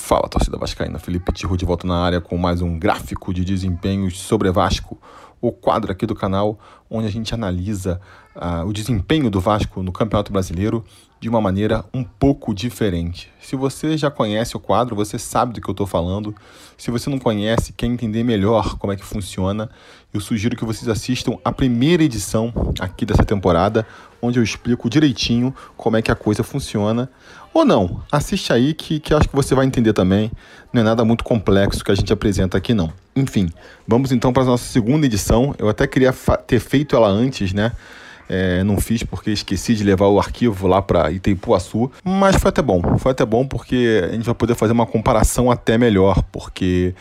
Fala, torcida vascaína, Felipe Tirro de volta na área com mais um gráfico de desempenhos sobre Vasco, o quadro aqui do canal onde a gente analisa o desempenho do Vasco no Campeonato Brasileiro de uma maneira um pouco diferente. Se você já conhece o quadro, você sabe do que eu estou falando. Se você não conhece, quer entender melhor como é que funciona, eu sugiro que vocês assistam a primeira edição aqui dessa temporada, onde eu explico direitinho como é que a coisa funciona. Ou não, assiste aí que eu acho que você vai entender também. Não é nada muito complexo que a gente apresenta aqui não. Enfim, vamos então para a nossa segunda edição. Eu até queria ter feito ela antes, né? Não fiz porque esqueci de levar o arquivo lá para Itaipuaçu, mas foi até bom porque a gente vai poder fazer uma comparação até melhor, porque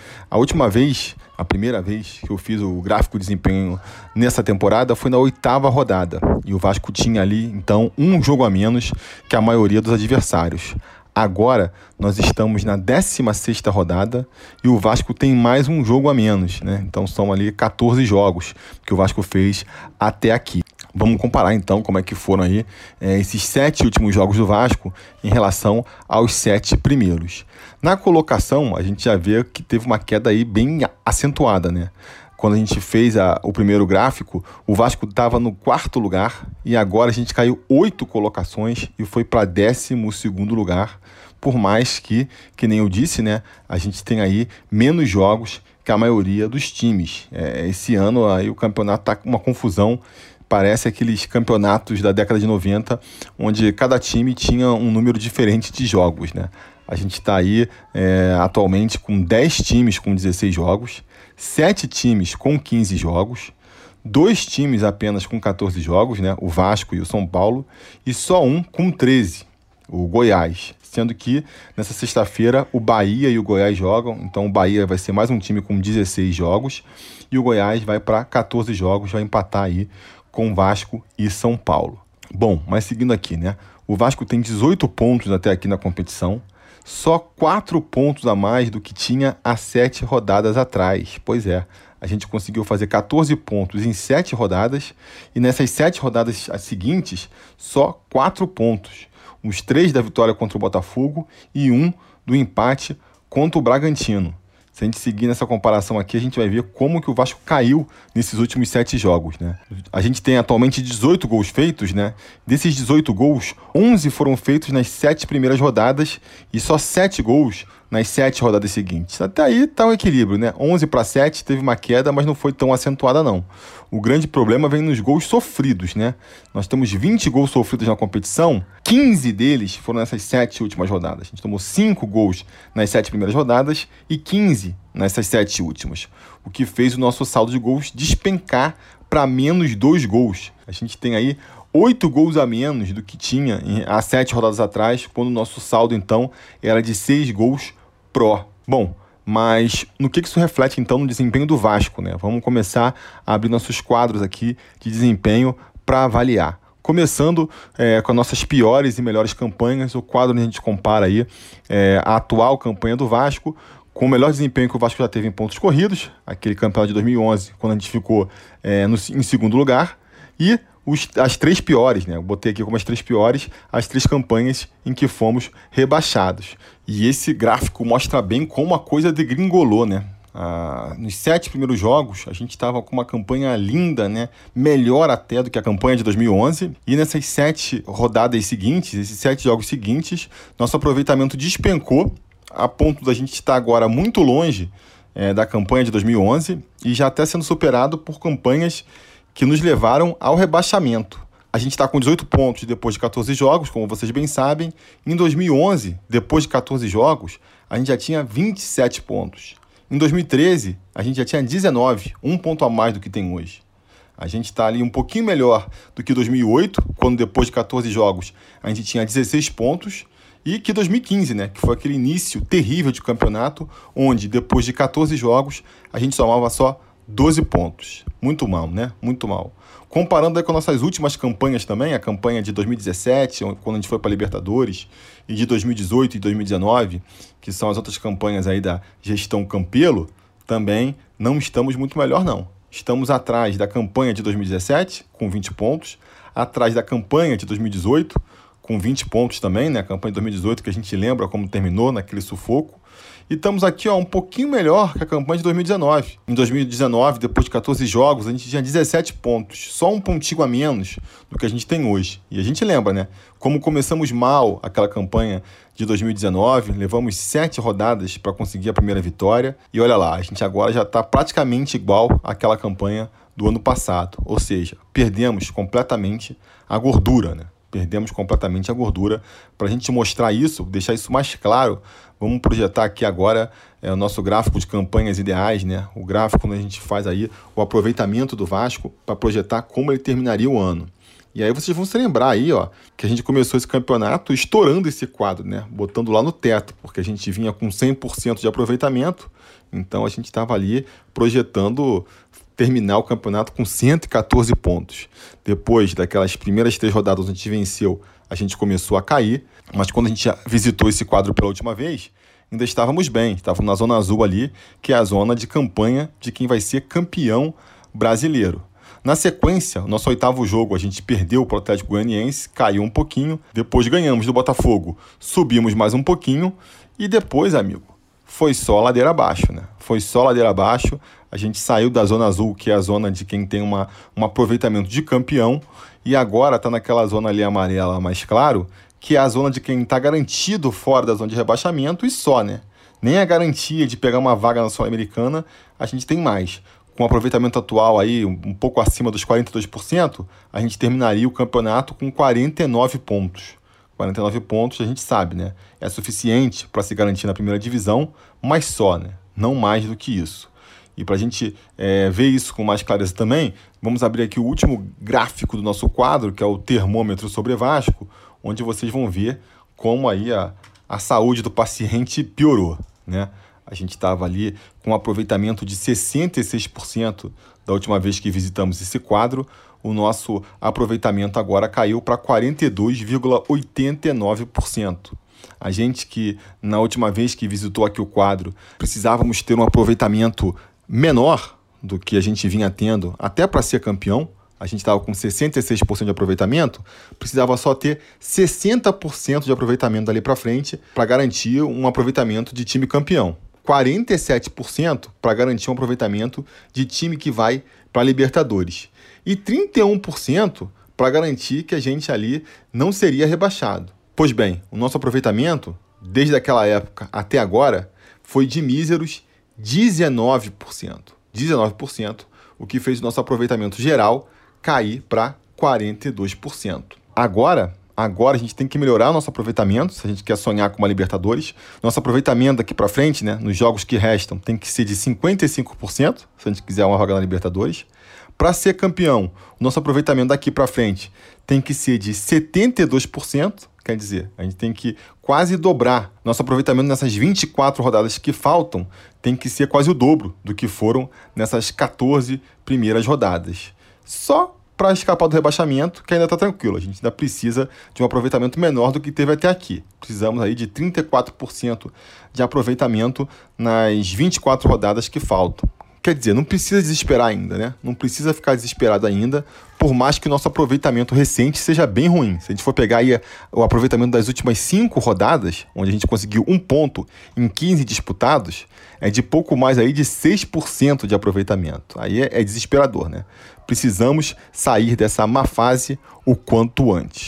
a primeira vez que eu fiz o gráfico de desempenho nessa temporada foi na 8ª rodada, e o Vasco tinha ali então um jogo a menos que a maioria dos adversários. Agora nós estamos na 16ª rodada e o Vasco tem mais um jogo a menos, né? Então são ali 14 jogos que o Vasco fez até aqui. Vamos comparar então como é que foram aí esses 7 últimos jogos do Vasco em relação aos 7 primeiros. Na colocação, a gente já vê que teve uma queda aí bem acentuada, né? Quando a gente fez o primeiro gráfico, o Vasco estava no 4º lugar e agora a gente caiu 8 colocações e foi para 12º lugar. Por mais que nem eu disse, né, a gente tem aí menos jogos que a maioria dos times. Esse ano aí o campeonato está com uma confusão. Parece aqueles campeonatos da década de 90, onde cada time tinha um número diferente de jogos, né? A gente está aí atualmente com 10 times com 16 jogos, 7 times com 15 jogos, 2 times apenas com 14 jogos, né? O Vasco e o São Paulo, e só um com 13, o Goiás. Sendo que nessa sexta-feira o Bahia e o Goiás jogam, então o Bahia vai ser mais um time com 16 jogos e o Goiás vai para 14 jogos, vai empatar aí com Vasco e São Paulo. Bom, mas seguindo aqui, né? O Vasco tem 18 pontos até aqui na competição, só 4 pontos a mais do que tinha há 7 rodadas atrás. Pois é, a gente conseguiu fazer 14 pontos em 7 rodadas e nessas 7 rodadas seguintes, só 4 pontos. Os 3 da vitória contra o Botafogo e 1 do empate contra o Bragantino. Se a gente seguir nessa comparação aqui, a gente vai ver como que o Vasco caiu nesses últimos 7 jogos, né? A gente tem atualmente 18 gols feitos, né? Desses 18 gols, 11 foram feitos nas 7 primeiras rodadas e só 7 gols nas 7 rodadas seguintes. Até aí tá um equilíbrio, né? 11 para 7, teve uma queda, mas não foi tão acentuada não. O grande problema vem nos gols sofridos, né? Nós temos 20 gols sofridos na competição, 15 deles foram nessas 7 últimas rodadas. A gente tomou 5 gols nas 7 primeiras rodadas e 15 nessas 7 últimas, o que fez o nosso saldo de gols despencar para menos 2 gols. A gente tem aí 8 gols a menos do que tinha há 7 rodadas atrás, quando o nosso saldo então era de 6 gols pró. Bom, mas no que isso reflete então no desempenho do Vasco, né? Vamos começar a abrir nossos quadros aqui de desempenho para avaliar. Começando com as nossas piores e melhores campanhas, o quadro onde a gente compara aí a atual campanha do Vasco com o melhor desempenho que o Vasco já teve em pontos corridos, aquele campeonato de 2011, quando a gente ficou em segundo lugar, e as 3 piores, né? Eu botei aqui como as 3 piores, as 3 campanhas em que fomos rebaixados. E esse gráfico mostra bem como a coisa degringolou, né? Nos 7 primeiros jogos, a gente estava com uma campanha linda, né? Melhor até do que a campanha de 2011. E nessas 7 rodadas seguintes, esses 7 jogos seguintes, nosso aproveitamento despencou, a ponto da gente estar agora muito longe da campanha de 2011 e já até sendo superado por campanhas que nos levaram ao rebaixamento. A gente está com 18 pontos depois de 14 jogos, como vocês bem sabem. Em 2011, depois de 14 jogos, a gente já tinha 27 pontos. Em 2013, a gente já tinha 19, um ponto a mais do que tem hoje. A gente está ali um pouquinho melhor do que 2008, quando depois de 14 jogos a gente tinha 16 pontos, e que 2015, né, que foi aquele início terrível de campeonato, onde depois de 14 jogos a gente somava só 12 pontos. Muito mal, né? Muito mal. Comparando aí com nossas últimas campanhas também, a campanha de 2017, quando a gente foi para a Libertadores, e de 2018 e 2019, que são as outras campanhas aí da gestão Campelo, também não estamos muito melhor, não. Estamos atrás da campanha de 2017, com 20 pontos, atrás da campanha de 2018, com 20 pontos também, né? A campanha de 2018, que a gente lembra como terminou naquele sufoco, E estamos aqui um pouquinho melhor que a campanha de 2019. Em 2019, depois de 14 jogos, a gente tinha 17 pontos. Só um pontinho a menos do que a gente tem hoje. E a gente lembra, né? Como começamos mal aquela campanha de 2019, levamos 7 rodadas para conseguir a primeira vitória. E olha lá, a gente agora já está praticamente igual àquela campanha do ano passado. Ou seja, perdemos completamente a gordura, né? Perdemos completamente a gordura. Para a gente mostrar isso, deixar isso mais claro, vamos projetar aqui agora o nosso gráfico de campanhas ideais, né? O gráfico onde a gente faz aí o aproveitamento do Vasco para projetar como ele terminaria o ano. E aí vocês vão se lembrar aí, que a gente começou esse campeonato estourando esse quadro, né? Botando lá no teto, porque a gente vinha com 100% de aproveitamento, então a gente estava ali projetando terminar o campeonato com 114 pontos. Depois daquelas primeiras 3 rodadas onde a gente venceu, a gente começou a cair, mas quando a gente visitou esse quadro pela última vez, ainda estávamos bem, estávamos na zona azul ali, que é a zona de campanha de quem vai ser campeão brasileiro. Na sequência, o nosso 8º jogo, a gente perdeu para o Atlético Goianiense, caiu um pouquinho, depois ganhamos do Botafogo, subimos mais um pouquinho, e depois, amigo, foi só ladeira abaixo, né? Foi só ladeira abaixo, a gente saiu da zona azul, que é a zona de quem tem um aproveitamento de campeão, e agora está naquela zona ali amarela mais claro, que é a zona de quem está garantido fora da zona de rebaixamento e só, né? Nem a garantia de pegar uma vaga na Sul-Americana a gente tem mais. Com o aproveitamento atual aí, um pouco acima dos 42%, a gente terminaria o campeonato com 49 pontos. 49 pontos, a gente sabe, né? É suficiente para se garantir na primeira divisão, mas só, né? Não mais do que isso. E para a gente ver isso com mais clareza também, vamos abrir aqui o último gráfico do nosso quadro, que é o termômetro sobre Vasco, onde vocês vão ver como aí a saúde do paciente piorou, né? A gente estava ali com um aproveitamento de 66% da última vez que visitamos esse quadro. O nosso aproveitamento agora caiu para 42,89%. A gente que, na última vez que visitou aqui o quadro, precisávamos ter um aproveitamento menor do que a gente vinha tendo até para ser campeão. A gente estava com 66% de aproveitamento, precisava só ter 60% de aproveitamento dali para frente para garantir um aproveitamento de time campeão. 47% para garantir um aproveitamento de time que vai para a Libertadores. E 31% para garantir que a gente ali não seria rebaixado. Pois bem, o nosso aproveitamento, desde aquela época até agora, foi de míseros 19%. 19%, o que fez o nosso aproveitamento geral cair para 42%. Agora a gente tem que melhorar o nosso aproveitamento, se a gente quer sonhar com uma Libertadores. Nosso aproveitamento daqui para frente, né, nos jogos que restam, tem que ser de 55%, se a gente quiser uma vaga na Libertadores. Para ser campeão, o nosso aproveitamento daqui para frente tem que ser de 72%, quer dizer, a gente tem que quase dobrar. Nosso aproveitamento nessas 24 rodadas que faltam tem que ser quase o dobro do que foram nessas 14 primeiras rodadas. Só para escapar do rebaixamento, que ainda está tranquilo. A gente ainda precisa de um aproveitamento menor do que teve até aqui. Precisamos aí de 34% de aproveitamento nas 24 rodadas que faltam. Quer dizer, não precisa desesperar ainda, né? Não precisa ficar desesperado ainda, por mais que o nosso aproveitamento recente seja bem ruim. Se a gente for pegar aí o aproveitamento das últimas 5 rodadas, onde a gente conseguiu 1 ponto em 15 disputados, é de pouco mais aí de 6% de aproveitamento. Aí é desesperador, né? Precisamos sair dessa má fase o quanto antes.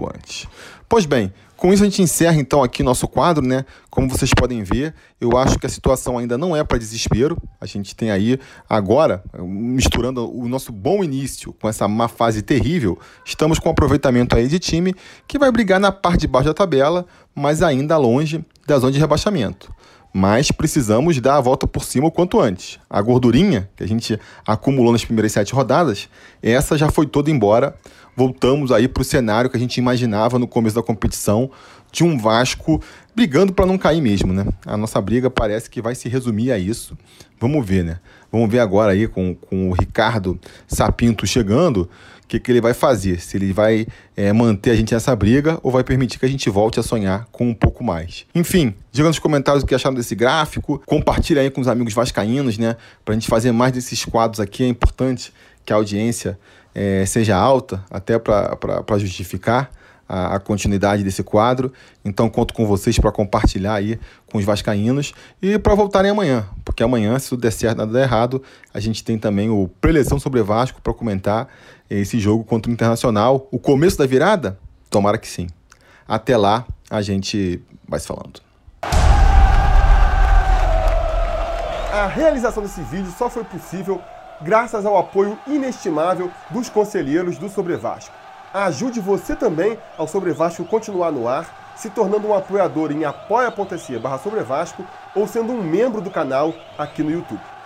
Pois bem, com isso a gente encerra então aqui nosso quadro, né? Como vocês podem ver, eu acho que a situação ainda não é para desespero. A gente tem aí agora, misturando o nosso bom início com essa má fase terrível, estamos com um aproveitamento aí de time que vai brigar na parte de baixo da tabela, mas ainda longe da zona de rebaixamento. Mas precisamos dar a volta por cima o quanto antes. A gordurinha que a gente acumulou nas primeiras 7 rodadas, essa já foi toda embora. Voltamos aí para o cenário que a gente imaginava no começo da competição, de um Vasco brigando para não cair mesmo, né? A nossa briga parece que vai se resumir a isso. Vamos ver, né? Vamos ver agora aí com o Ricardo Sapinto chegando, o que ele vai fazer, se ele vai manter a gente nessa briga ou vai permitir que a gente volte a sonhar com um pouco mais. Enfim, diga nos comentários o que acharam desse gráfico, compartilha aí com os amigos vascaínos, né, pra gente fazer mais desses quadros aqui. É importante que a audiência seja alta, até para justificar a continuidade desse quadro. Então conto com vocês para compartilhar aí com os vascaínos e para voltarem amanhã, porque amanhã, se tudo der certo, nada der errado, a gente tem também o Preleção sobre Vasco para comentar esse jogo contra o Internacional. O começo da virada? Tomara que sim. Até lá, a gente vai se falando. A realização desse vídeo só foi possível graças ao apoio inestimável dos conselheiros do Sobre Vasco. Ajude você também ao Sobre Vasco continuar no ar, se tornando um apoiador em apoia.se/Sobre Vasco ou sendo um membro do canal aqui no YouTube.